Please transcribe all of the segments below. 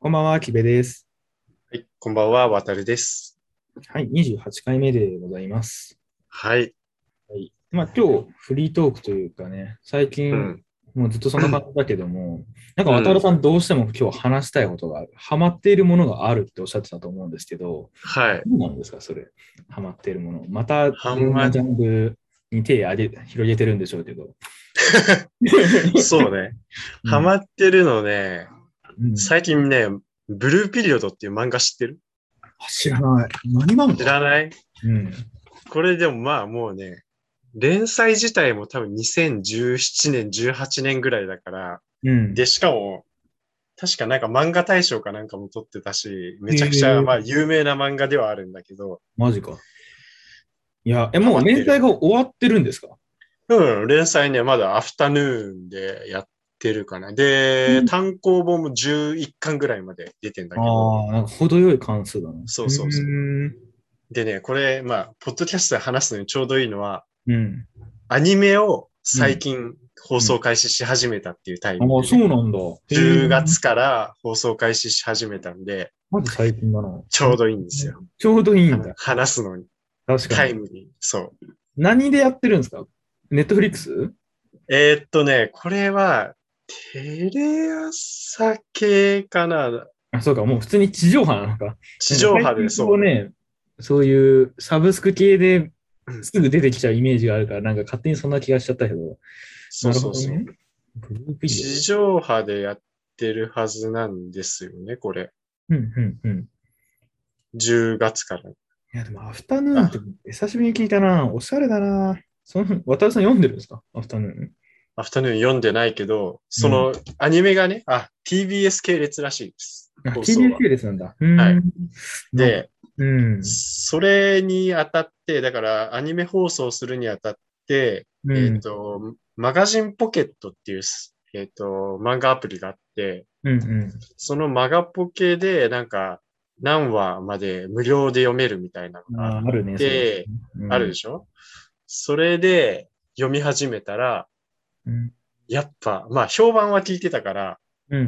こんばんは、きべです。 はい、こんばんは、わたるです。 はい、28回目でございます。 はい。 はい。今日、フリートークというかね、最近、 うん。 もうずっとそんな感じだけども、なんか渡るうん。 さんどうしても今日話したいことがある。ハマっているものがあるっておっしゃってたと思うんですけど、 はい。 何なんですか、それ。ハマっているもの。また、いはま、 ろんなジャンルに広げてるんでしょうけど。 そうね。 うん。 ハマってるのね、 うん。 最近ね、ブルーピリオドっていう漫画知ってる？ あ、知らない。何漫画？ 知らない？ うん。 これでもまあもうね、連載自体も多分2017年、18年ぐらいだから、 うん。 で、しかも、確かなんか漫画大賞かなんかも取ってたし、めへちゃくちゃまあえ、 有名な漫画ではあるんだけど、 マジか。いや、もうハマってる。 連載が終わってるんですか？ うん、連載ね、まだアフタヌーンでやってるかな。で、 うん。 単行本も11巻ぐらいまで出てんだけど、 ああ、なんか程よい関数だな。 そううそうそう。 ーん。 でね、これ、まあ、ポッドキャストで話すのにちょうどいいのは、 うん。 アニメをうん。 最近放うん。 送開始し始めたっていうタイああ、 ミングで、 そうなんだ。へえ。 10月から放送開始し始めたんで、 まず最近だな。うん。 ちょうどいいんですよ。 ちょうどいいんだ。 話すのに。 確かに。 タイムに。そう。 何でやってるんですか？ネットフリックス？ これは、テレ朝系かな。 あ、そうか、もう普通に地上波なのか。な地んか最近上波で、そう。 こうね、そういうサブスク系でうんすぐ出てきちゃうイメージがあるから、なんか勝手にそんな気がしちゃったけど、 そうなるほどね。 そうそう。 ブルーピリオド。 地上波でやってるはずなんですよね、これ。 うん、うん、うん。 10月から。 いや、でも、アフタヌーンってあ、 久しぶりに聞いたな。おしゃれだな。渡るさん読んでるんですか？アフタヌーン。 アフタヌーン読んでないけど、 うん。 そのアニメがね、TBS 系列らしいです。 あ、 放送 TBS は。 系列なんだ。 はい。 なんか、 で、 うん。 それにあたって、だからアニメ放送するにあたって、 うん。 マガジンポケットっていう、漫画アプリがあって、 うん。 そのマガポケで、なんか、何話まで無料で読めるみたいなのがあっあ、あるね、それ。 て、 うん。 あるでしょ？それで読み始めたら、 うん。 やっぱ、まあ評判は聞いてたから、 うん。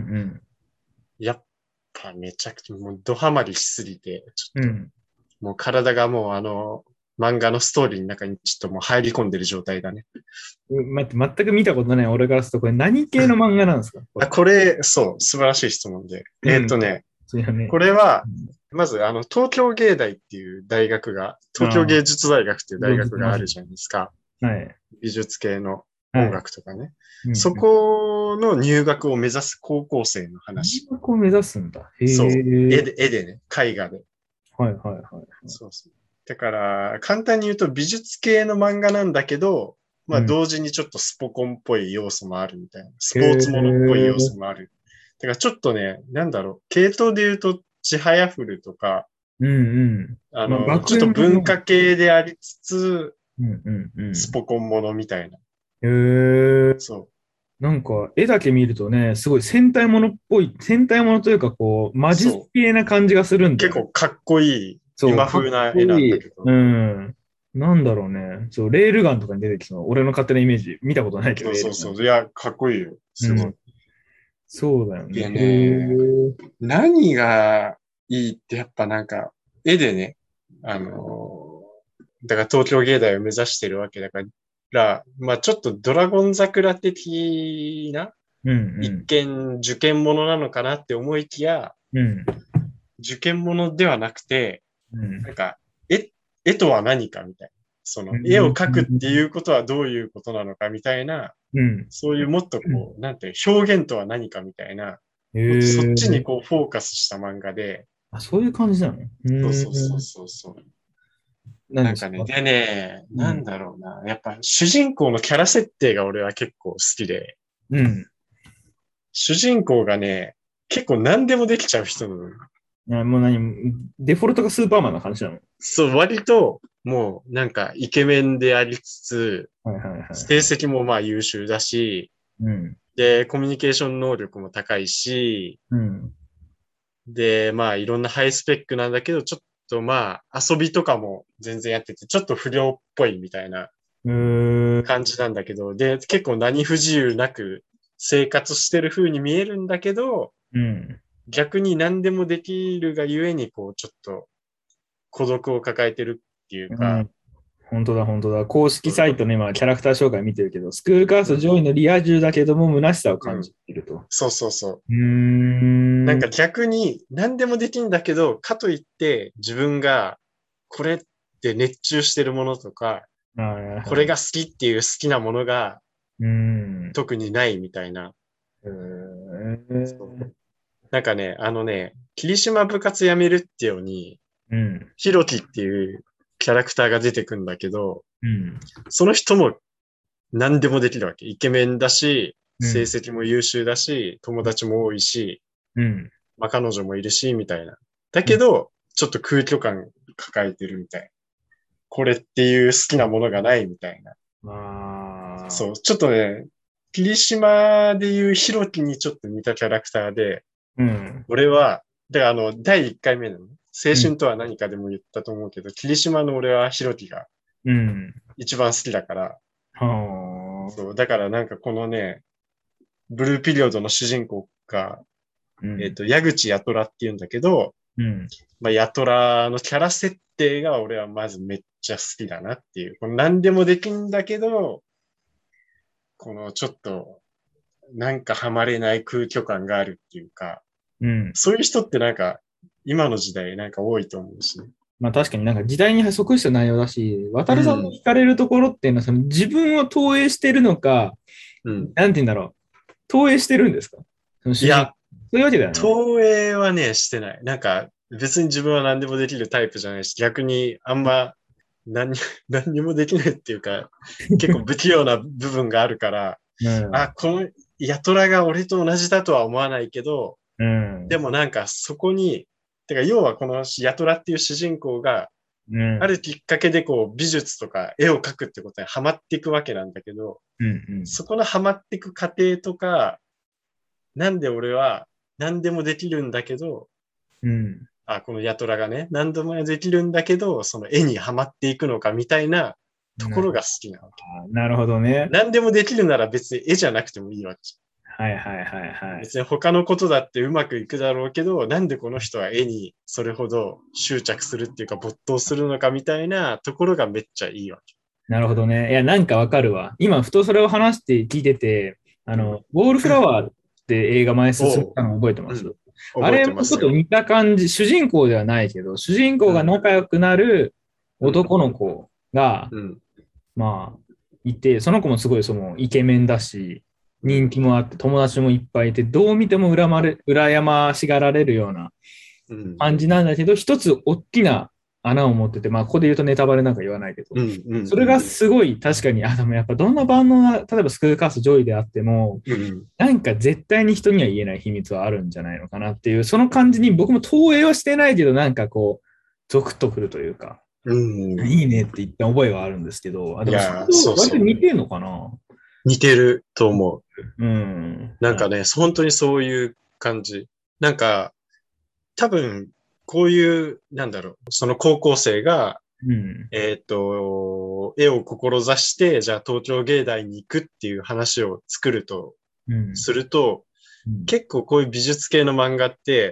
やっぱめちゃくちゃもうドハマりしすぎて、ちょっと、 うん。 もう体がもう漫画のストーリーの中にちょっともう入り込んでる状態だね。 待って、全く見たことない俺からすると、これ何系の漫画なんですかこれ？ これ、そう、素晴らしい質問で。 うん。そうやね。 これは、 うん。 まず、東京芸大っていう大学が、東京ああ、 芸術大学っていう大存じてます。 学があるじゃないですか。 はい。 美術系の音はい。 楽とかね。 うん。 そこの入学を目指す高校生の話。 留学を目指すんだ。へそう。 え。 絵でね、絵画で。 はいはいはいはい。 そうそう。だから、簡単に言うと美術系の漫画なんだけど、まあうん。 同時にちょっとスポコンっぽい要素もあるみたいな。スへポーツものっぽい要素え。 もある。だからちょっとね、なんだろう、系統で言うと、ちはやふるとか、 うんうん。まあ、 ちょっと学園もの。 文化系でありつつ、 うんうんうスん。 ポコンものみたいな。 へえ。 そなんか、絵だけ見るとね、すごい戦隊ものっぽい、戦隊ものというか、こう、 う、 魔術そう。 系な感じがするんだよね。 結構かっこいい、 そう、 今かっ風な絵こいい。 なんだけど。 うん。なんだろうね。そう、レールガンとかに出てきそう。俺の勝手なイメージ。見たことないけど、 そうそうそう。 レールガン。 いや、かっこいいよ。すごい。 うん。そうだよね。 でへね、 え。 何がいいってやっぱなんか、絵でね、あのだから東京芸大を目指してるわけだから、まあちょっとドラゴン桜的な一うん見受験ものなのかなって思いきや、 うん。うん。 受験ものではなくて、 うん。 なんか、絵とは何かみたいな。その絵をうん。 描くっていうことはどういうことなのかみたいな、 うん。 そういうもっとこう、なんて表現とは何かみたいな、 へもっとそっちにえ。 こうフォーカスした漫画で、 あ、そういう感じなの？ そうそうそうん。 そうそう。なんかね、 何ですか？ でね、なんうん。 だろうな。やっぱ主人公のキャラ設定が俺は結構好きで、 うん。 主人公がね、結構何でもできちゃう人なの。 もうデフォルトがスーパーマンな感じなの？ そう、割と、もうなんかイケメンでありつつ、 はいはいはい成はい。 績もまあ優秀だし、 うん。 で、コミュニケーション能力も高いし、 うん。 で、まあいろんなハイスペックなんだけど、ちょっとまあ遊びとかも全然やってて、ちょっと不良っぽいみたいなうーん。 感じなんだけど、で、結構何不自由なく生活してる風に見えるんだけど、 うん。 逆に何でもできるがゆえに、こう、ちょっと孤独を抱えてるっていうか、 うん。本当だ、本当だ。公式サイトね、今、キャラクター紹介見てるけど、スクールカーストうん、 上位のリア充だけども、虚しさを感うん。 じていると。 そうそうそう。 うーなんかん。 逆に何でもできるんだけど、かといって自分がこれって熱中してるものとか、 はいはい。 これが好きっていう好きなものがうーん。 特にないみたいな。 へそうーなんかね、霧島部活やめるってように、 うん。 ひろきっていうキャラクターが出てくんだけど、 うん。 その人も何でもできるわけ。イケメンだし、成うん。 績も優秀だし、友達も多いし、 うん。 まあ彼女もいるし、みたいな。だうん。 けど、ちょっと空虚感抱えてるみたいな。これっていう好きなものがないみたいな。 ああ。 そう、ちょっとね、霧島でいうヒロキにちょっと似たキャラクターで、 うん。 俺は、で、第1回目のね、青うん。 春とは何かでも言ったと思うけど、霧島の俺はヒロキがうん。 一番好きだから、 はあ。 そう、だからなんかこのね、ブルーピリオドの主人公が、 うん。 矢口やとらって言うんだけど、 うん。 まあ、やとらのキャラ設定が俺はまずめっちゃ好きだなっていう。この何でもできんだけど、このちょっと、なんかハマれない空虚感があるっていうか、 うん。 そういう人ってなんか、今の時代なんか多いと思うしね。 まあ確かになんか時代に即した内容だし、 う渡るさんのん。 惹かれるところっていうのは、その自分を投影してるのか、 うん。 なんて言うんだろう。投影してるんですかその主人公。 いや、 そういうわけだよね。 投影はね、してない。なんか、別に自分は何でもできるタイプじゃないし、逆にあんま何に、何にもできないっていうか、結構不器用な部分があるから、 うん。 あ、このヤトラが俺と同じだとは思わないけど、 うん。 でもなんかそこに、てか要はこのヤトラっていう主人公が、 うん。 あるきっかけでこう美術とか絵を描くってことにハマっていくわけなんだけど、 うん。 そこのハマっていく過程とか、なんで俺は何でもできるんだけど、 うん。 あ、このヤトラがね、何でもできるんだけど、その絵にはまっていくのかみたいなところが好きなわけ。 なるほどね。 何でもできるなら別に絵じゃなくてもいいわけ。 はいはいはいはい。 別に他のことだってうまくいくだろうけど、なんでこの人は絵にそれほど執着するっていうか没頭するのかみたいなところがめっちゃいいわけ。 なるほどね。いや、なんかわかるわ。今、ふとそれを話して聞いてて、 うん。 ウォールフラワーって映画前進めおう。 たの覚えてます？ うん。 あ覚えれもちょっとてますよ。 似た感じ、主人公ではないけど、主人公がうん。 仲良くなるうん。 男の子が、 うん。 まあ、いて、その子もすごいそのイケメンだし、 うん。 人気もあって、友達もいっぱいいて、どう見ても羨ましがられるようなうん。 感じなんだけど、一つ大きな穴を持ってて、まあ、ここで言うとネタバレなんか言わないけど、 うん。うん。 それがすごい確かに、でもやっぱどんな万能な、例えばスクールカースト上位であっても、 うん。 なんか絶対に人には言えない秘密はあるんじゃないのかなっていう、その感じに僕も投影はしてないけど、なんかこう、ゾクッとくるというか、 うん。 いいねって言った覚えはあるんですけど、でもそれいやー、そうと割とそう。 似てるのかな？ 似てると思う。 うん。 なんかね、本当にそういう感じ。なんか、多分、こういう、なんだろう、その高校生が、 うん。 絵を志して、じゃあ東京芸大に行くっていう話を作るとうん。 すると、 うん。 結構こういう美術系の漫画って、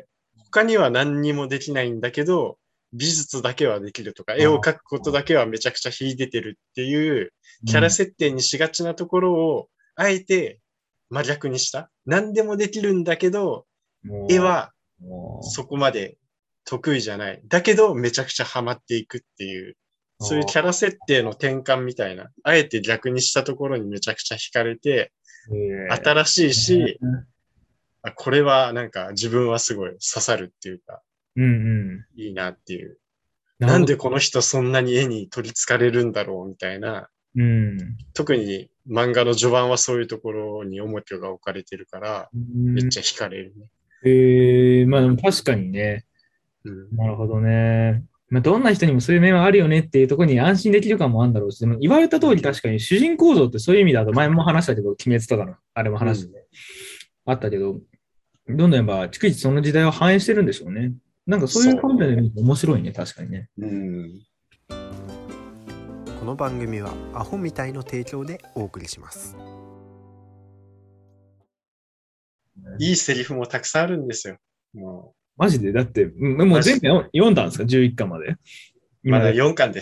他には何にもできないんだけど、美術だけはできるとか、絵をあ描くことだけはめちゃくちゃ秀でてるっていうキャラうん。 設定にしがちなところを、あえて真逆にした。何でもできるんだけど、絵もはう、もそこまで得意じゃない。だけど、めちゃくちゃハマっていくっていう、 う、 そういうキャラ設定の転換みたいな、あえて逆にしたところにめちゃくちゃ惹かれて、新しいし、これはなんか自分はすごい刺さるっていうか、 うんうん。 いいなっていう。 なるほど。 なんでこの人そんなに絵に取り憑かれるんだろうみたいな。 うん。 特に漫画の序盤はそういうところに重きが置かれてるから、 うん。 めっちゃ惹かれるね。 まあでも確かにね。 うん。 なるほどね。まあ、どんな人にもそういう面はあるよねっていうところに安心できる感もあるんだろうし、でも言われた通りうん。 確かに主人公像ってそういう意味だと前も話したけど、鬼滅とかのあれもうん。 話してあったけど、どんどんやっぱ逐一その時代を反映してるんでしょうね。なんかそういうそ観点で見ると面白いね、確かにね。 う。うん。 この番組はアホみたいの提供でお送りします。 いいセリフもたくさんあるんですよ。 もマジでだって、もう全部読んだんですか ?11 巻まで。 う、まだ4巻です。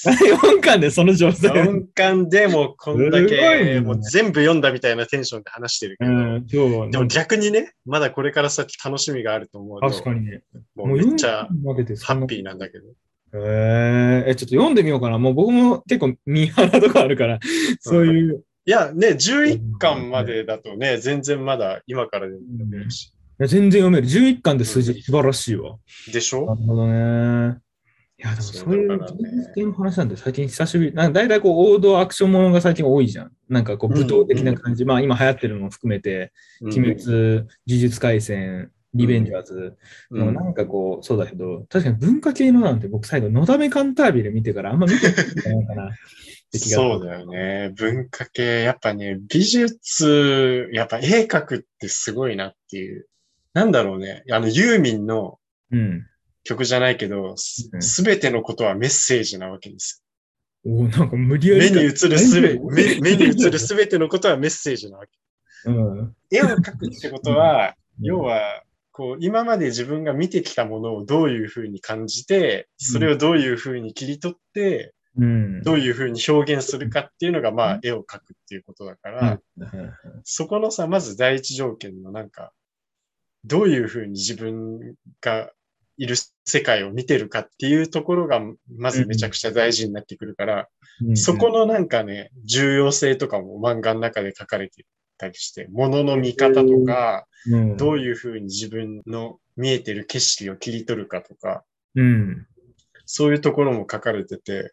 4巻でその状態。 4巻でもこんだすごいけ、 ねもう全部読んだみたいなテンションで話してるけど、 そう、 でも逆にね、まだこれから先楽しみがあると思うと、 確かにね。 もうめっちゃもう4巻まででハッピーなんだけど。 ちょっと読んでみようかな。もう僕も結構ミーハーなとこあるから、そういう。 いや、ね、11巻までだとね、全然まだ今からでも読めるし。 いや全然読める。11巻で数字素晴らしいわ。 でしょ？ なるほどね。いや、でもそういう現実系の話なんて最近久しぶり。なんか大体こう王道アクションものが最近多いじゃん。なんかこう舞踏的な感じ。まあ今流行ってるのも含めて、鬼滅、呪術廻戦、リベンジャーズのなんかこう、そうだけど、確かに文化系のなんて僕最後、のだめカンタービレ見てからあんま見てないかなって気がする。 そうだよね。文化系、やっぱね、美術、やっぱ絵描くってすごいなっていう。なんだろうね。ユーミンの曲じゃないけど、すべてのことはメッセージなわけですよ。なんか無理やり目に映るすべてのことはメッセージなわけ。絵を描くってことは、要は、こう、今まで自分が見てきたものをどういうふうに感じて、それをどういうふうに切り取って、どういうふうに表現するかっていうのが、まあ、絵を描くっていうことだから、そこのさ、まず第一条件のなんか、どういうふうに自分がいる世界を見てるかっていうところが、まずめちゃくちゃ大事になってくるから、そこのなんかね、重要性とかも漫画の中で書かれてたりして、物の見方とか、どういうふうに自分の見えてる景色を切り取るかとか、そういうところも書かれてて、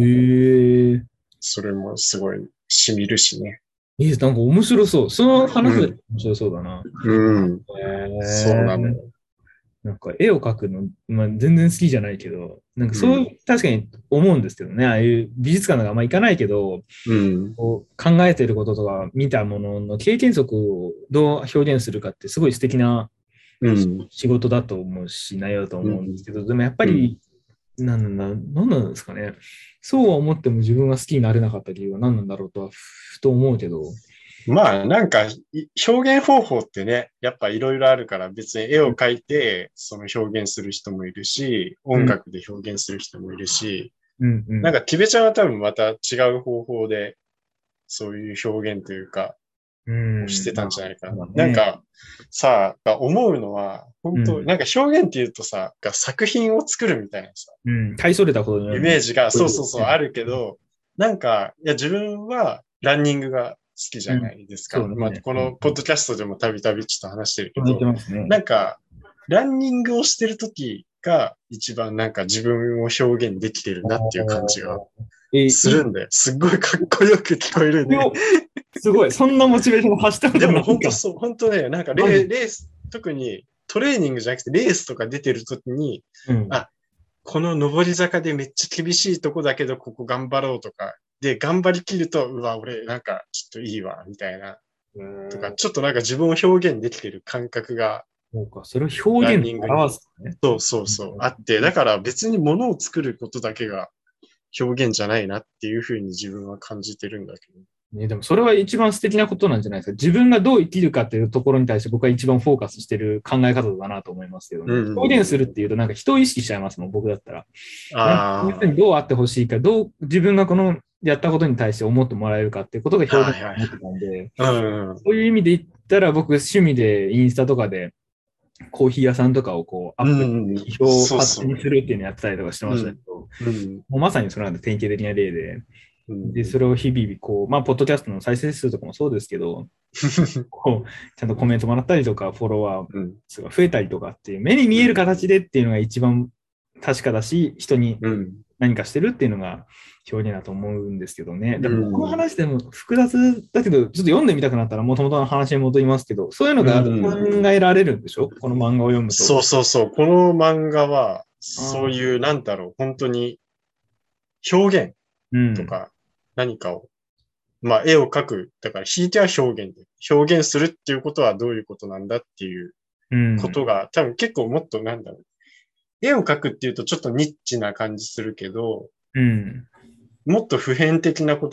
それもすごい染みるしね。 なんか面白そう。その話で面白そうだな。 そうなの。 なんか絵を描くの、まあ、全然好きじゃないけど、なんかそう、確かに思うんですけどね、ああいう美術館なんかあんま行かないけど、こう考えてることとか見たものの経験則をどう表現するかってすごい素敵な仕事だと思うし、内容だと思うんですけど、でもやっぱり、なんなんですかね。そうは思っても自分が好きになれなかった理由は何なんだろうとはふと思うけど。 まあなんか表現方法ってね、やっぱいろいろあるから別に絵を描いてその表現する人もいるし、音楽で表現する人もいるし、なんかティベちゃんは多分また違う方法でそういう表現というか、してたんじゃないかな。なんかさ、思うのは、本当なんか表現って言うとさ、作品を作るみたいなさ、 大それたことイメージが、そう、あるけど、なんか、いや自分はランニングが好きじゃないですか。まあ、このポッドキャストでもたびたびちょっと話してるけど、なんか、ランニングをしてるときが一番なんか自分を表現できてるなっていう感じがするんで、すっごいかっこよく聞こえるね。 すごい、そんなモチベーション発したことない。 でも本当そう、本当ね、なんかレース、特にトレーニングじゃなくてレースとか出てるときに、この上り坂でめっちゃ厳しいとこだけど、ここ頑張ろうとか、で、頑張りきると、うわ、俺なんかちょっといいわ、みたいな。とか、ちょっとなんか自分を表現できてる感覚が、 それを表現に表すね。そう、あって、だから別に物を作ることだけが表現じゃないなっていうふうに自分は感じてるんだけど。 でもそれは一番素敵なことなんじゃないですか。自分がどう生きるかっていうところに対して僕は一番フォーカスしてる考え方だなと思いますけどね。表現するっていうとなんか人を意識しちゃいますもん、僕だったら。要するにどうあってほしいか、どう自分がこのやったことに対して思ってもらえるかっていうことが表現だと思ってたんで、そういう意味で言ったら僕趣味でインスタとかでコーヒー屋さんとかをこうアップ、批評を発信するっていうのをやったりとかしてましたけど、もうまさにそれなんで典型的な例で、で、それを日々こう、まあ、ポッドキャストの再生数とかもそうですけど、こう、ちゃんとコメントもらったりとか、フォロワーが増えたりとかっていう、目に見える形でっていうのが一番確かだし、人に何かしてるっていうのが表現だと思うんですけどね。でも、この話でも複雑だけど、ちょっと読んでみたくなったら、もともとの話に戻りますけど、そういうのが考えられるんでしょ、この漫画を読むと。 そう。この漫画は、そういう、なんだろう、本当に表現とか何かを、まあ、絵を描く。だから、引いては表現で。表現するっていうことはどういうことなんだっていうことが、多分結構もっとなんだろう。絵を描くっていうとちょっとニッチな感じするけど、もっと普遍的なことが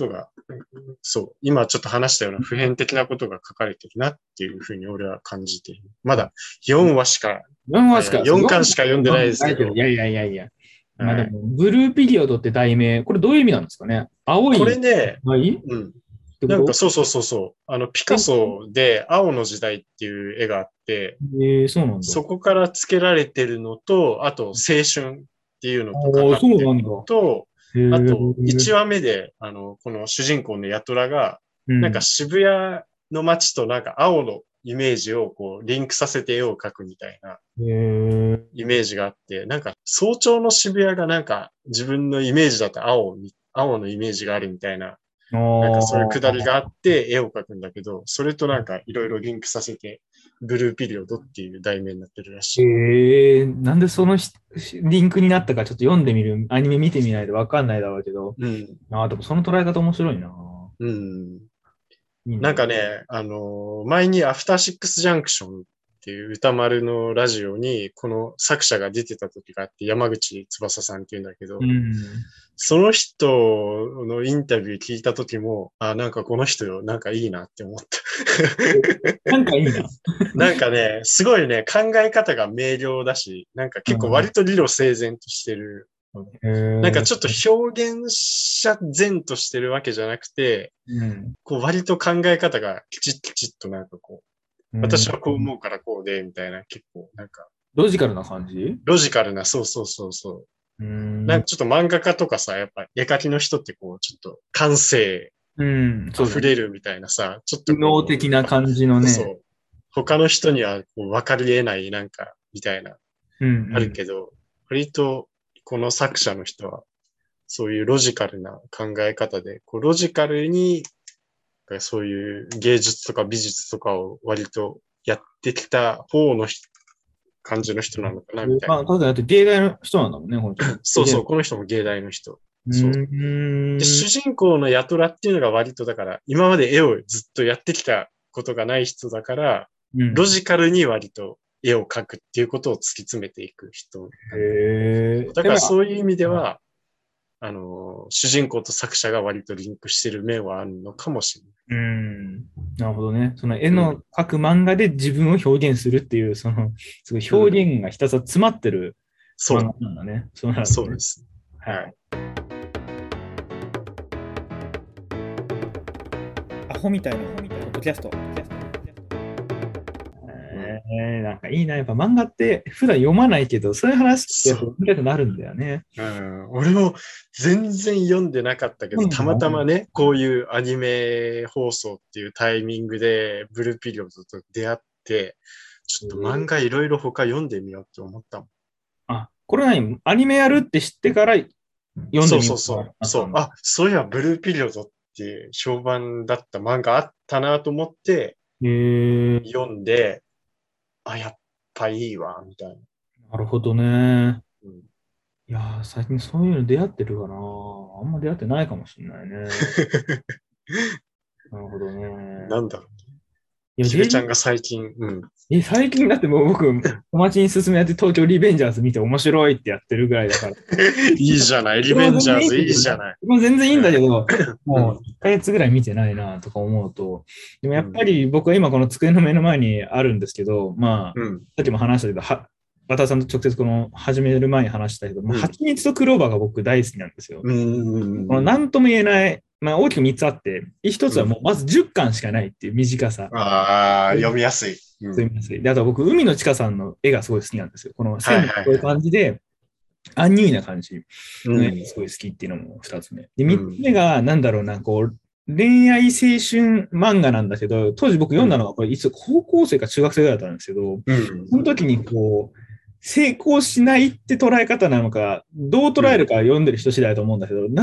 そう、今ちょっと話したような普遍的なことが書かれてるなっていうふうに俺は感じている。まだ4話しか、4巻しか読んでないですけど。 いやいやいやいや。まあでも、ブルーピリオドって題名、これどういう意味なんですかね？青い。 これね、 うん。 なんかそう。ピカソで青の時代っていう絵があって、 そうなんだ。 そこから付けられてるのと、あと青春っていうのとかかってるのと、あと1話目で、この主人公のヤトラが、なんか渋谷の街となんか青のイメージをこうリンクさせて絵を描くみたいなイメージがあって、なんか早朝の渋谷がなんか自分のイメージだと青のイメージがあるみたいな、なんかそういうくだりがあって絵を描くんだけど、それとなんかいろいろリンクさせて、ブルーピリオドっていう題名になってるらしい。 なんでそのリンクになったかちょっと読んでみる、アニメ見てみないとわかんないだろうけど、でもその捉え方面白いな。 なんかね、前にアフターシックスジャンクションっていう歌丸のラジオにこの作者が出てた時があって、山口翼さんっていうんだけど、その人のインタビュー聞いた時も、なんかこの人なんかいいなって思った。 なんかいいな。 なんかね、すごいね、考え方が明瞭だし、なんか結構割と理路整然としてる。なんかちょっと表現者前としてるわけじゃなくて、こう割と考え方がきちっとなんかこう、私はこう思うからこうで、みたいな結構なんか。 ロジカルな感じ？ ロジカルな、そう。なんかちょっと漫画家とかさ、やっぱ絵描きの人ってこう、ちょっと感性溢れるみたいなさ、ちょっと。 右脳的な感じのね。 そう。他の人にはこう分かり得ないなんか、みたいな、あるけど、割とこの作者の人は、そういうロジカルな考え方で、こうロジカルに、そういう芸術とか美術とかを割とやってきた方の感じの人なのかな、みたいな。 ただ芸大の人なんだもんね、本当に。 そう、この人も芸大の人。そう。で、主人公のヤトラっていうのが割とだから、今まで絵をずっとやってきたことがない人だから、ロジカルに割と絵を描くっていうことを突き詰めていく人。だからそういう意味では、主人公と作者が割とリンクしてる面はあるのかもしれない。 なるほどね。その絵の描く漫画で自分を表現するっていう、その、すごい表現がひたすら詰まってる漫画なんだね。 そうです。はい。 アホみたいなポッドキャスト。なんかいいな。やっぱ漫画って普段読まないけど、そういう話って読みたくなるんだよね。 俺も全然読んでなかったけど、たまたまね、こういうアニメ放送っていうタイミングでブルーピリオドと出会って、ちょっと漫画いろいろ他読んでみようって思ったもん。 これ何？アニメやるって知ってから読んでみよう。 そう。そういや、ブルーピリオドって評判だった漫画あったなと思って、読んで、やっぱいいわ、みたいな。 なるほどね。いや最近そういうの出会ってるかな。あんま出会ってないかもしれないね。なるほどね。 なんだろう。ひべちゃんが最近、 最近だってもう僕、友達に勧めやって東京リベンジャーズ見て面白いってやってるぐらいだから。 いいじゃない、リベンジャーズいいじゃない。 もう全然いいんだけど、もう1ヶ月ぐらい見てないなとか思うと、でもやっぱり僕は今この机の目の前にあるんですけど、さっきも話したけど、渡さんと直接この始める前に話したけど、蜂蜜とクローバーが僕大好きなんですよ。この何とも言えない、大きく3つあって、1つはもうまず10巻しかないっていう短さ。 読みやすい。 で、あと僕、海野千佳さんの絵がすごい好きなんですよ。この線のこういう感じで、アンニュイな感じの絵がすごい好きっていうのも2つ目。で、3つ目が、恋愛青春漫画なんだけど、当時僕読んだのが、これいつ高校生か中学生ぐらいだったんですけど、その時に成功しないって捉え方なのか、どう捉えるか読んでる人次第だと思うんだけど、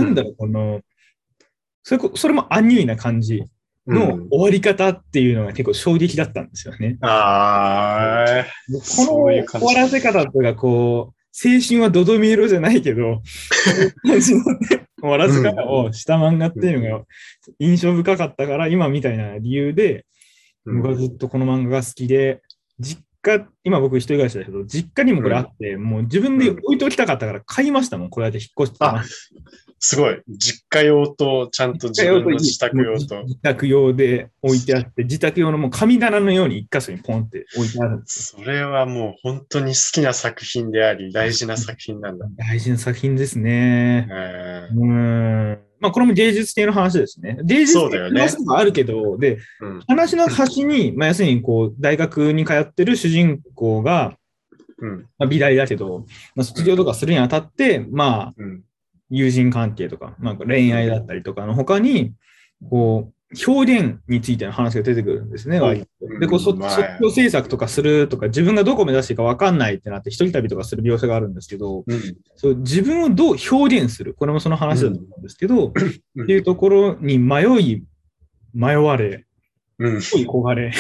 それもアンニュイな感じの終わり方っていうのが結構衝撃だったんですよね。この終わらせ方とか、青春はドドミ色じゃないけど、終わらせ方をした漫画っていうのが印象深かったから、今みたいな理由で、僕はずっとこの漫画が好きで、今僕一人暮らしだけど、実家にもこれあって、もう自分で置いておきたかったから買いましたもん、これだけ引っ越して。 すごい。実家用と、ちゃんと自分の自宅用と。 自宅用で置いてあって、自宅用のもう神棚のように一箇所にポンって置いてあるんですよ。それはもう本当に好きな作品であり、大事な作品なんだ。 大事な作品ですね。まあ、これも芸術系の話ですね。芸術系の話もあるけど、で、話の端に、まあ、要するにこう、大学に通ってる主人公が、まあ、美大だけど、まあ、卒業とかするにあたって、まあ、友人関係とか、なんか恋愛だったりとかの他に、こう、表現についての話が出てくるんですね。で、こう卒業制作とかするとか、自分がどこを目指していいか分かんないってなって、一人旅とかする描写があるんですけど、そう自分をどう表現する、これもその話だと思うんですけど、っていうところに迷われ、焦がれ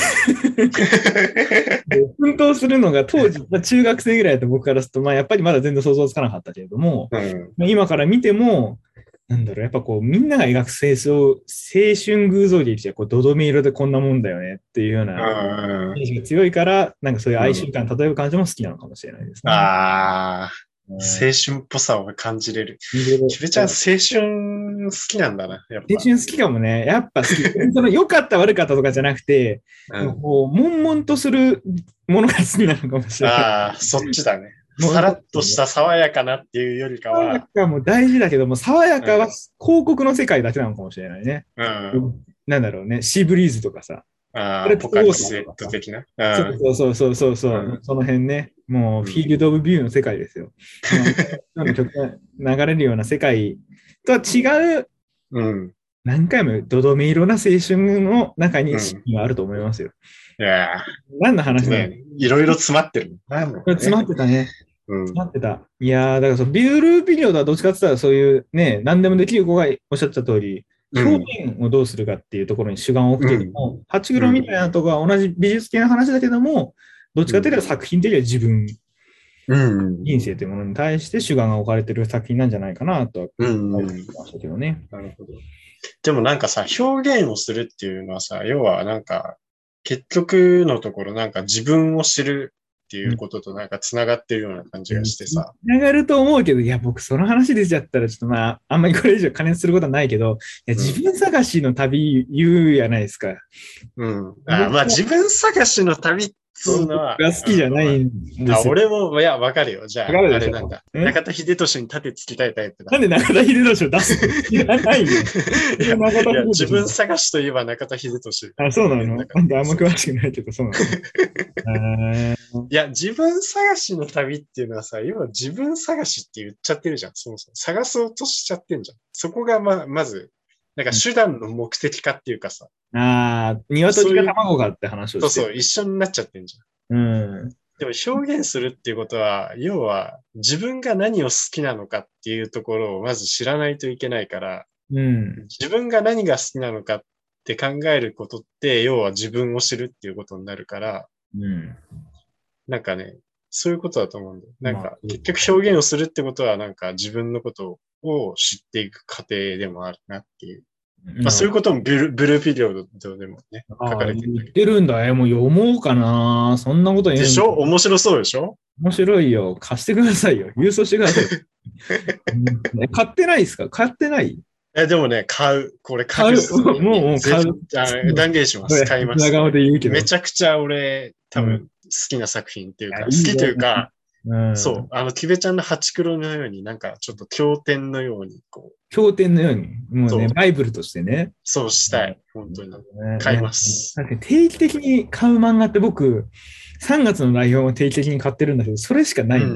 奮闘するのが当時、中学生ぐらいだと僕からすると、まあ、やっぱりまだ全然想像つかなかったけれども、今から見ても、なんだろう、やっぱこう、みんなが描く青春偶像劇じゃ、こう、どどめ色でこんなもんだよねっていうような、イメージが強いから、なんかそういう哀愁感、漂う感じも好きなのかもしれないですね。 青春っぽさを感じれる。キベちゃん、青春好きなんだな。やっぱ青春好きかもね。やっぱ好き。その良かった悪かったとかじゃなくて、こう悶々とするものが好きなのかもしれない。 ああ、そっちだね。さらっとした爽やかなっていうよりかは。 爽やかも大事だけども、爽やかは広告の世界だけなのかもしれないね。なんだろうね。シーブリーズとかさ。 ポカリスエット的な。 そう。その辺ね。もう、フィールド・オブ・ビューの世界ですよ。曲が流れるような世界とは違う、何回もどどめ色な青春の中にシーンはあると思いますよ。 いや何の話だよ。 いろいろ詰まってる。 詰まってたね。詰まってた。いやー、だからそのビュールビデオとはどっちかって言ったらそういうね、何でもできる子がおっしゃった通り、表現をどうするかっていうところに主眼を置くけども、ハチクロみたいなとこは同じ美術系の話だけども、どっちかというと作品的には自分、人生というものに対して主眼が置かれている作品なんじゃないかなとは思いましたけどね。 なるほど。でもなんかさ、表現をするっていうのはさ、要はなんか、結局のところなんか自分を知るっていうこととなんか繋がってるような感じがしてさ。 繋がると思うけど、いや、僕その話出ちゃったらちょっとまあ、あんまりこれ以上加熱することはないけど、いや自分探しの旅言うやないですか。 まあ自分探しの旅っていうのは。 が好きじゃないんですよ。 俺も、いや、わかるよ。じゃあ、あれなんだ。中田秀俊に盾つきたいタイプだ。 なんで中田秀俊を出すのいらないよ。 いや、自分探しといえば中田秀俊。 あ、そうなの？なんかあんま詳しくないけど、そうなの？ いや、自分探しの旅っていうのはさ、要は自分探しって言っちゃってるじゃん。そもそも探そうとしちゃってんじゃん。そこがまず、なんか手段の目的かっていうかさ。 鶏か卵かって話をしてそう、一緒になっちゃってんじゃん。でも表現するっていうことは、要は自分が何を好きなのかっていうところをまず知らないといけないから、自分が何が好きなのかって考えることって、要は自分を知るっていうことになるから、なんかね、そういうことだと思うんだよ。なんか、結局表現をするってことは、なんか自分のことを知っていく過程でもあるなっていう。まあそういうこともブルーピリオドでもね、書かれてる。 言ってるんだ。もう読もうかな。そんなこと言うでしょ？面白そうでしょ？ 面白いよ。貸してくださいよ。郵送してください。買ってないですか？買ってない？ でもね、買う。これ買う。もう買う。 断言します。買います。 めちゃくちゃ俺、多分好きな作品っていうか、好きというか、そう。キベちゃんのハチクロのように、なんかちょっと経典のように、こう。 経典のように。もうね、バイブルとしてね。 そうしたい。本当に。買います。 定期的に買う漫画って僕、3月のライオンを定期的に買ってるんだけど、それしかない。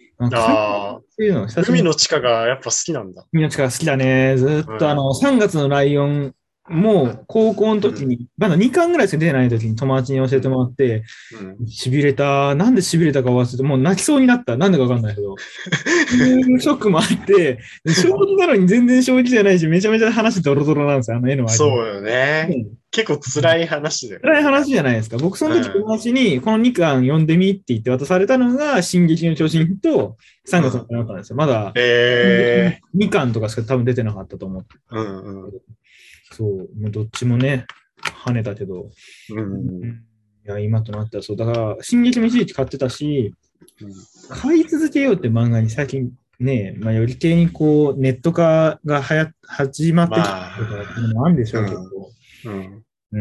海の地下がやっぱ好きなんだ。 海の地下が好きだね。ずっと3月のライオンもう高校の時に、まだ2巻ぐらいしか出てない時に友達に教えてもらって、痺れた。なんで痺れたか忘れて、もう泣きそうになった。なんでかわかんないけど。ショックもあって、正直なのに全然正直じゃないし、めちゃめちゃ話ドロドロなんですよ、絵のそうよね。結構辛い話だよね。 辛い話じゃないですか。僕その時友達に、この2巻読んでみって言って渡されたのが、進撃の巨人と3月のライオンだったんですよ。まだ、2巻とかしか多分出てなかったと思って。そう、もうどっちもね、跳ねたけど、いや、今となったらそう、だから、進撃も一時期買ってたし、買い続けようって漫画に最近ねえ、まあ、より系にこう、ネット化が始まってきたとかっていうのもあるんでしょうけど、うん、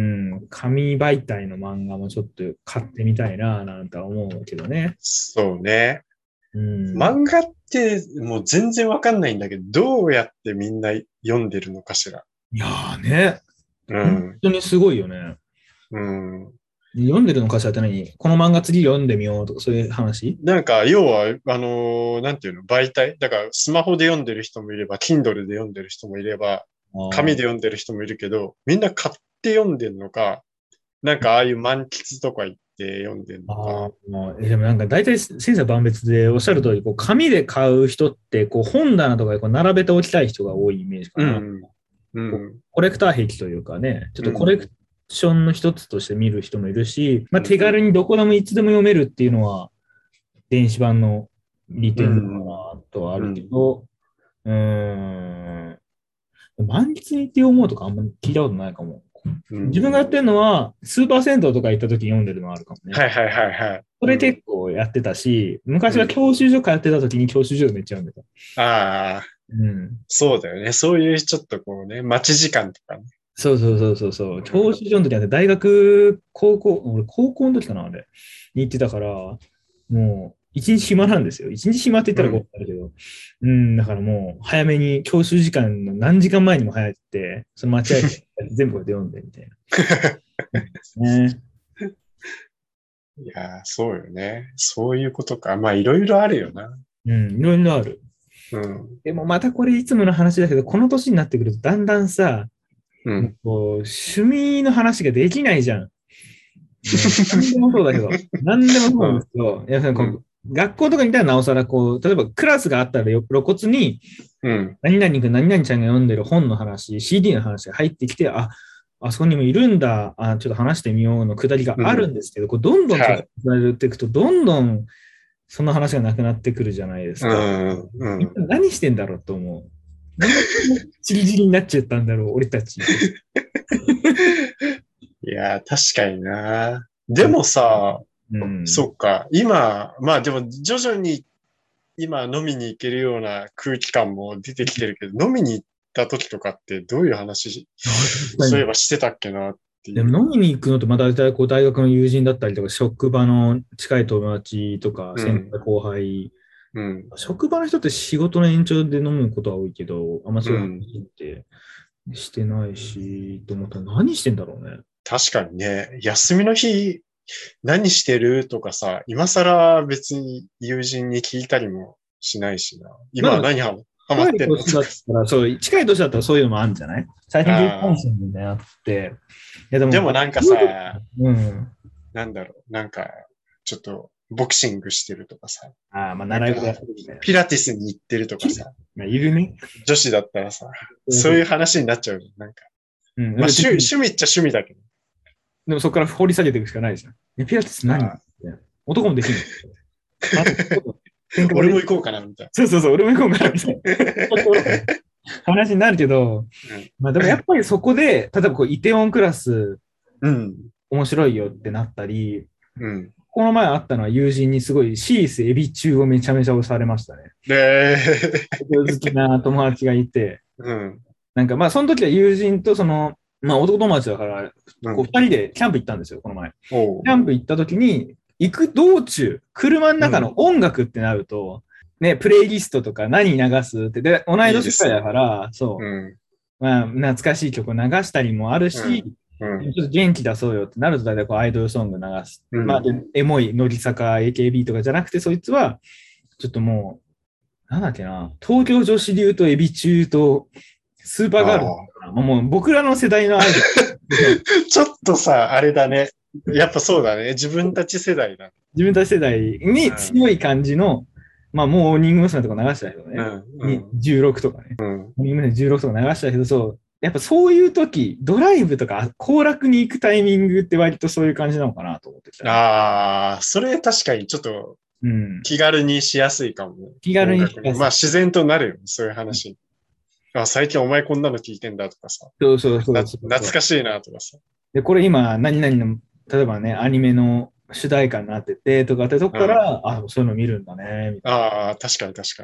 紙媒体の漫画もちょっと買ってみたいな、なんて思うけどね。 そうね。 うん。 漫画ってもう全然わかんないんだけど、どうやってみんな読んでるのかしら。 いやーね、本当にすごいよね。 うん。 読んでるのかしらって何この漫画次読んでみようとか、そういう話？ なんか、要は、なんていうの、媒体だから、スマホで読んでる人もいれば、Kindle で読んでる人もいれば、紙で読んでる人もいるけど、みんな買って読んでるのか、なんかああいう満喫とか行って読んでるのか。 でもなんか大体千差万別でおっしゃる通り、こう紙で買う人って、こう本棚とかでこう並べておきたい人が多いイメージかな。コレクター癖というかね、ちょっとコレクションの一つとして見る人もいるし、まあ、手軽にどこでもいつでも読めるっていうのは、電子版の利点かなとはあるけど、満喫に行って読もうとかあんまり聞いたことないかも。自分がやってるのは、スーパー銭湯とか行った時に読んでるのはあるかもね。 はいはいはいはい。 それ結構やってたし、昔は教習所通ってた時に教習所でめっちゃ読んでた。ああ。そうだよね。そういうちょっとこうね、待ち時間とかね。 そう。教習所の時は大学、俺高校の時かな、あれ。に行ってたから、もう、一日暇なんですよ。一日暇って言ったらごめんだけど。だからもう、早めに、教習時間の何時間前にも早って、その待合室全部で読んでみたいな。ね。 いや、そうよね。そういうことか。まあ、いろいろあるよな。 いろいろある。でもまたこれいつもの話だけど、この年になってくるとだんだんさ、こう趣味の話ができないじゃん。何でもそうだけど、何でもそうなんですけど、学校とかにいたらなおさらこう、例えばクラスがあったら露骨に、何々君、何々ちゃんが読んでる本の話、CD の話が入ってきて、あそこにもいるんだ、ちょっと話してみようのくだりがあるんですけど、こうどんどん伝えていくと、どんどんその話がなくなってくるじゃないですか。何してんだろうと思う。チリチリになっちゃったんだろう、俺たち。 いや、確かにな。でもさ、そっか。今、まあでも徐々に今飲みに行けるような空気感も出てきてるけど、飲みに行った時とかってどういう話、そういえばしてたっけなっていう。 でも飲みに行くのとまた大学の友人だったりとか、職場の近い友達とか、先輩後輩、職場の人って仕事の延長で飲むことは多いけど、あんまそういう話ってしてないし、と思ったら何してんだろうね。 確かにね、休みの日何してるとかさ、今更別に友人に聞いたりもしないしな。今は何ハマってんのそう、近い年だったらそういうのもあるんじゃない？最近結婚式みたいなあって。 でもなんかさ、なんだろう、なんか、ちょっと、ボクシングしてるとかさ。 習い事やってるみたいな。 ピラティスに行ってるとかさ。 いるね。 女子だったらさ、そういう話になっちゃうじゃん。なんか。趣味っちゃ趣味だけど。 でもそこから掘り下げていくしかないじゃん。ピラティス何？男もできる俺も行こうかな、みたいな。そう、俺も行こうかな、みたいな。話になるけど、でもやっぱりそこで、例えばこうイテウォンクラス、面白いよってなったり、この前あったのは友人にすごいシースエビ中をめちゃめちゃ押されましたね。好きな友達がいて、なんかその時は友人と男友達だから、二人でキャンプ行ったんですよ、この前。キャンプ行った時に、行く道中、車の中の音楽ってなると、ね、プレイリストとか何流すって、で、同い年くらいだから、そう。懐かしい曲を流したりもあるし、ちょっと元気出そうよってなると、大体こうアイドルソング流す。エモい、乃木坂、AKB とかじゃなくて、そいつは、ちょっともう、なんだっけな、東京女子流とエビ中と、スーパーガールもう僕らの世代のアイドル。ちょっとさ、あれだね。やっぱそうだね。自分たち世代だ。 自分たち世代に強い感じの、モーニング娘。とか流したけどね。16とかね。モーニング娘。16とか流したけど、そう。やっぱそういう時、ドライブとか行楽に行くタイミングって割とそういう感じなのかなと思ってきた。 それ確かにちょっと気軽にしやすいかもね。 気軽にしやすい。 自然となるよね。そういう話。最近お前こんなの聞いてんだとかさ。 そう。 懐かしいなとかさ。 で、これ今、何々の、例えばね、アニメの主題歌になっててとかってとこから、そういうの見るんだね、みたいな。確かに。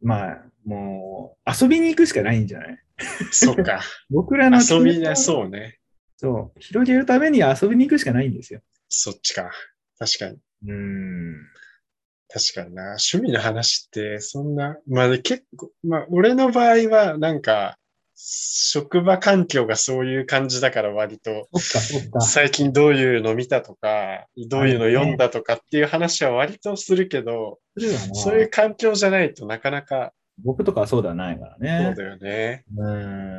まあ、もう、遊びに行くしかないんじゃない？ そっか。 僕らの遊びね、そうね。 そう、広げるためには遊びに行くしかないんですよ。 そっちか。確かに。 うん。 確かにな。趣味の話って、そんな、まあ結構、まあ俺の場合は、なんか、職場環境がそういう感じだから割と、 そっか、そっか。 最近どういうの見たとか、どういうの読んだ。 だとかっていう話は割とするけど、 するわな。 そういう環境じゃないとなかなか、 僕とかはそうではないからね。 そうだよね。 うん。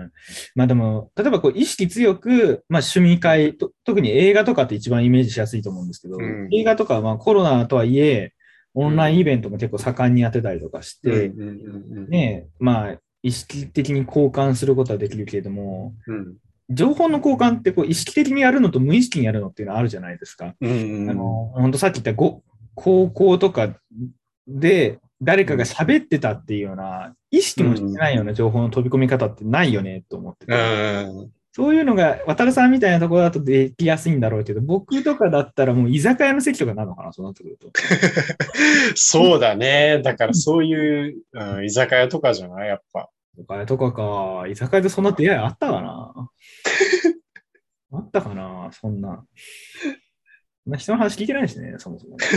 まあでも、例えばこう意識強く、まあ趣味会特に映画とかって一番イメージしやすいと思うんですけど、 うん。 映画とかはまあコロナとはいえ、オンラインイうんベントも結構盛んにやってたりとかしうんて、 うんね、まあ意識的に交換することはできるけれども、 うん情報の交換ってこう意識的にやるのと無意識にやるのっていうのはあるじゃないですか。 うんうん本当さっき言った高校とかで誰かが喋ってたっていうような、意識もしてないような情報の飛び込み方ってないよねと思ってて。 うんそういうのが、渡さんみたいなところだとできやすいんだろうけど、僕とかだったらもう居酒屋の席とかなのかな、そうなってくると。 そうだね。だからそういう、居酒屋とかじゃないやっぱ。 居酒屋とかか。居酒屋でそんな出会いあったかなあったかなそんな。そんな人の話聞いてないしね、そもそも。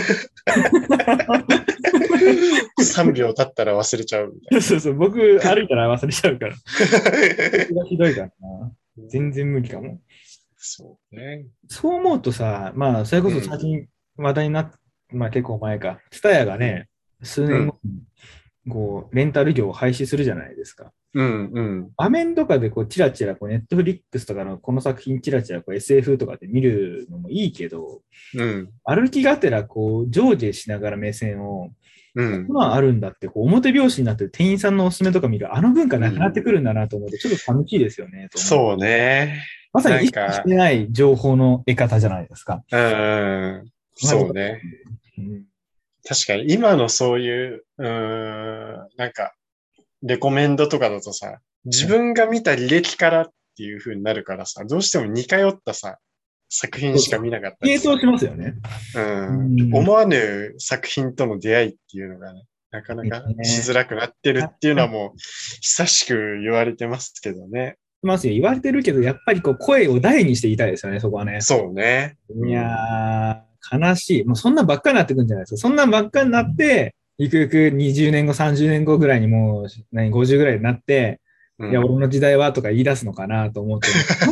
3秒経ったら忘れちゃうみたいそうそう、僕歩いたら忘れちゃうから。僕がひどいからな。 な。 全然無理かも。 そうね。 そう思うとさ、まあ、それこそ最近話題になっまあ結構前か、ツタヤがね、数年後にこうレンタル業を廃止するじゃないですか。 うんうん。 画面とかでこうチラチラこうネットフリックスとかのこの作品チラチラこう SF とかで見るのもいいけど、 うん歩きがてらこう上下しながら目線を、 うんこんなんあるんだってこう表拍子になって店員さんのおすすめとか見るあの文化なくなってくるんだなと思うとちょっと寂しいですよね。 そうね。 まさに意識してない情報の得方じゃないですか。 そうね。 うん確かに今のそういう、なんか、レコメンドとかだとさ、自分が見た履歴からっていう風になるからさ、どうしても似通ったさ、作品しか見なかったり系統しますよね。 思わぬ作品との出会いっていうのがね、なかなかしづらくなってるっていうのはもう、久しく言われてますけどね。 ますよ。言われてるけど、やっぱりこう声を大にして言いたいですよね、そこはね。 そうね。 いやー、悲しい。もうそんなんばっかりになってくんじゃないですか。そんなんばっかりになって、ゆくゆく20年後、30年後ぐらいにもう、50ぐらいになって、いや、俺の時代はとか言い出すのかなと思って。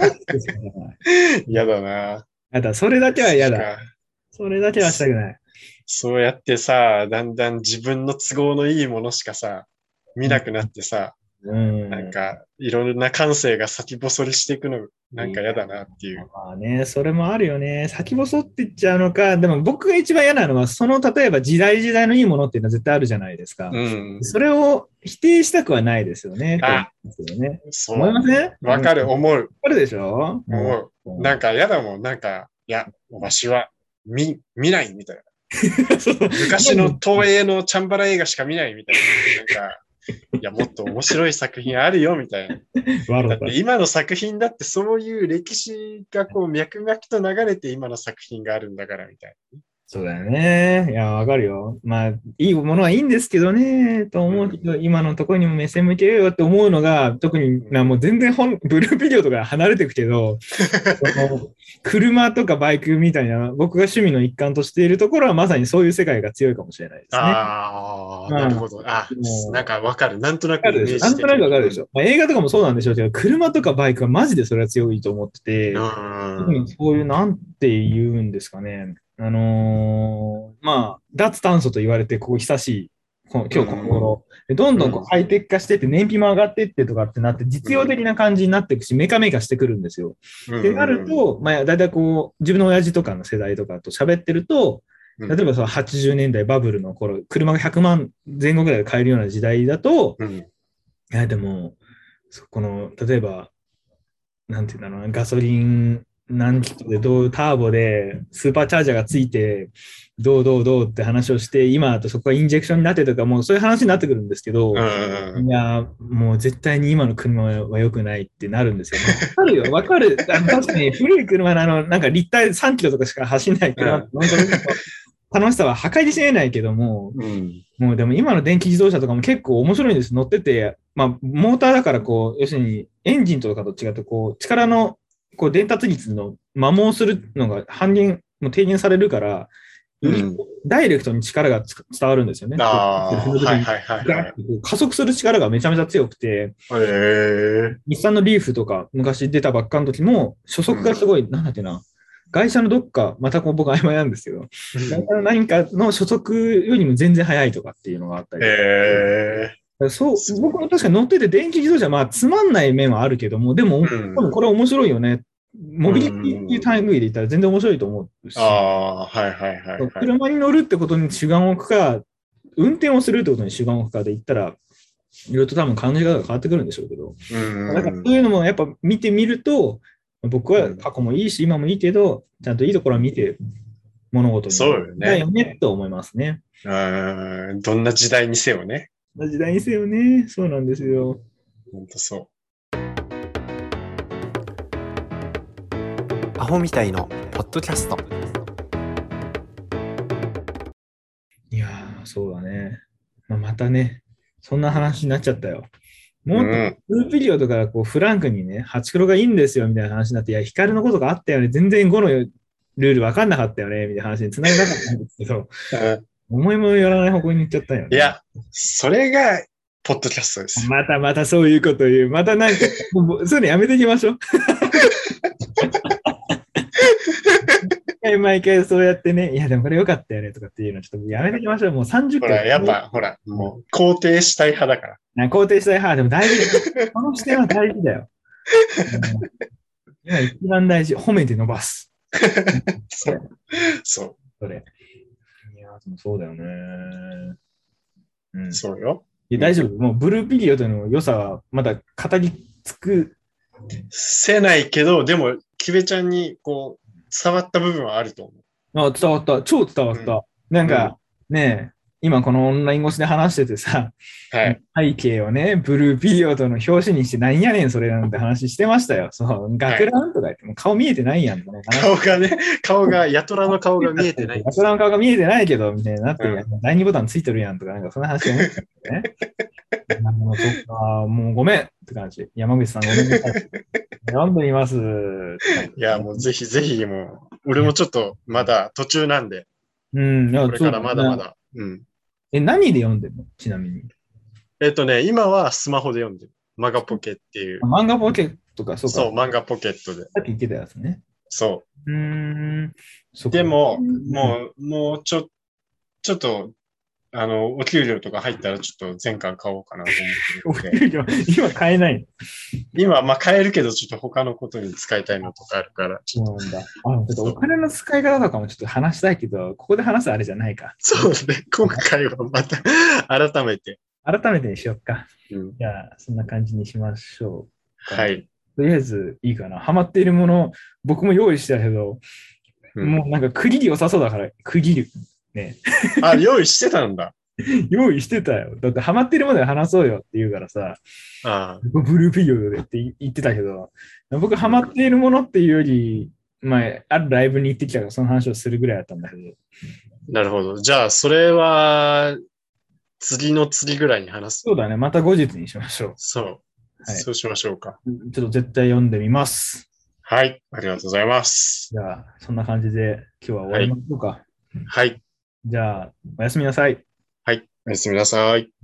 嫌だな。 やだ、それだけは嫌だ。それだけはしたくない。 そうやってさ、だんだん自分の都合のいいものしかさ、見なくなってさ、なんか、いろんな感性が先細りしていくの、なんか嫌だなっていう。 まあね、それもあるよね。先細っていっちゃうのか。でも僕が一番嫌なのは、その、例えば時代のいいものっていうのは絶対あるじゃないですか。それを否定したくはないですよね。 そう。 思いません？ わかる、思う。 わかるでしょ？ 思う。なんか嫌だもん。なんか、いや、わしは、見ないみたいな。昔の東映のチャンバラ映画しか見ないみたいな。なんか、いや、もっと面白い作品あるよ、みたいな。だって今の作品だってそういう歴史がこう脈々と流れて今の作品があるんだからみたいな。 そうだよね。いや、わかるよ。まあ、いいものはいいんですけどね、と思うけど、今のところにも目線向けようよって思うのが、特にもう全然ブルービデオとか離れていくけど、車とかバイクみたいな、僕が趣味の一環としているところはまさにそういう世界が強いかもしれないですね。 ああ、なるほど。なんかわかる。なんとなくイメージなんとなくわかるでしょ。映画とかもそうなんでしょうけど、車とかバイクはマジでそれは強いと思ってて、そういう、なんて言うんですかね。まあ、脱炭素と言われて、こう、久しい、今日この頃、どんどんこうハイテク化してって、燃費も上がってってとかってなって、実用的な感じになっていくし、メカメカしてくるんですよ。ってなると、まあ、だいたいこう、自分の親父とかの世代とかと喋ってると、例えばその80年代バブルの頃、車が100万前後ぐらいで買えるような時代だと、いや、でも、例えば、なんていうんだろうな、ガソリン、何キロでターボでスーパーチャージャーがついてどうって話をして今だとそこがインジェクションになってとかもうそういう話になってくるんですけど、いやもう絶対に今の車は良くないってなるんですよ。わかるよ、わかる。確かに古い車のなんか立体3キロとかしか走んない車、確楽しさは計り知れないけども、もうでも今の電気自動車とかも結構面白いんです。乗ってて、まあ、モーターだからこう、要するにエンジンとかと違って、こう、力のこう伝達率の摩耗するのが半減、もう低減されるから、ダイレクトに力が伝わるんですよね。加速する力がめちゃめちゃ強くて、日産のリーフとか昔出たばっかの時も、初速がすごい、なんだっけな、会社のどっか、またこう僕曖昧なんですけど、会社の何かの初速よりも全然速いとかっていうのがあったり。そう、僕も確かに乗ってて電気自動車、まあつまんない面はあるけども、でも、これ面白いよね。モビリティっていう単位で言ったら全然面白いと思うし。車に乗るってことに主眼を置くか、運転をするってことに主眼を置くかで言ったら、いろいろと多分感じ方が変わってくるんでしょうけど。だからそういうのもやっぱ見てみると、僕は過去もいいし、今もいいけど、ちゃんといいところは見て、物事に。 そうよね。 だよね、と思いますね。 どんな時代にせよね。 どんな時代にせよね。そうなんですよ。 本当そう。 アホみたいのポッドキャスト。 いやー、そうだね。またね、そんな話になっちゃったよ。もっと、ルーピリオとかこうフランクにね、8キロがいいんですよみたいな話になって、いや、ヒカルのことがあったよね、全然5のルール分かんなかったよね、みたいな話につなげなかったんですけど、思いもよらない方向に行っちゃったよね。 いや、それが、ポッドキャストです。 またそういうこと言う。またなんか、そういうのやめていきましょう。毎回そうやってね、いやでもこれ良かったよねとかっていうのちょっとやめていきましょう。もう30回。 やっぱ、もう肯定したい派だから。 肯定したい派、でも大事だよ。この視点は大事だよ。今一番大事、褒めて伸ばす。 そう。 それ。いや、でもそうだよね。 そうよ。 いや、大丈夫。もうブルーピリオドの良さはまだ語り尽くせないけど、でも、キベちゃんにこう、伝わった部分はあると思う。 伝わった。超伝わった。なんか、ねえ、今このオンライン越しで話しててさ、背景をね、ブルーピリオドの表紙にして何やねんそれなんて話してましたよ。そう、学ランとか言っても顔見えてないやん、ね。 顔が、ヤトラの顔が見えてない。 ヤトラの顔が見えてないけど、みたいになって、第2ボタンついてるやんとか、なんかそんな話思ってたね。もうごめんって感じ。山口さんごめんなさい。読んでみます。 いや、もうぜひぜひ、もう、俺もちょっとまだ途中なんで。これからまだまだ。 何で読んでるのちなみに。 今はスマホで読んでる。マガポケっていう。 漫画ポケットか、そうか。 そう、漫画ポケットで。 さっき言ってたやつね。 そう。でも、もうちょっと、お給料とか入ったらちょっと全巻買おうかなと思ってる。 お給料、今買えない。 今、買えるけど、ちょっと他のことに使いたいのとかあるから。 そうなんだ。ちょっとお金の使い方とかもちょっと話したいけど、ここで話すあれじゃないか。 そうですね。今回はまた改めてにしようか。じゃあ、そんな感じにしましょう。はい。 とりあえずいいかな。ハマっているもの、僕も用意してたけど、もうなんか区切り良さそうだから、区切る。ね。 用意してたんだ。 用意してたよ。だってハマっているもので話そうよって言うからさ、ブルーピリオドでって言ってたけど、僕ハマっているものっていうより、あるライブに行ってきたからその話をするぐらいだったんだけど。 なるほど。じゃあ、それは、次の次ぐらいに話す。 そうだね。また後日にしましょう。 そう。はい、そうしましょうか。 ちょっと絶対読んでみます。 はい。ありがとうございます。 じゃあ、そんな感じで今日は終わりましょうか。 はい。 じゃあ、おやすみなさい。 はい。おやすみなさい。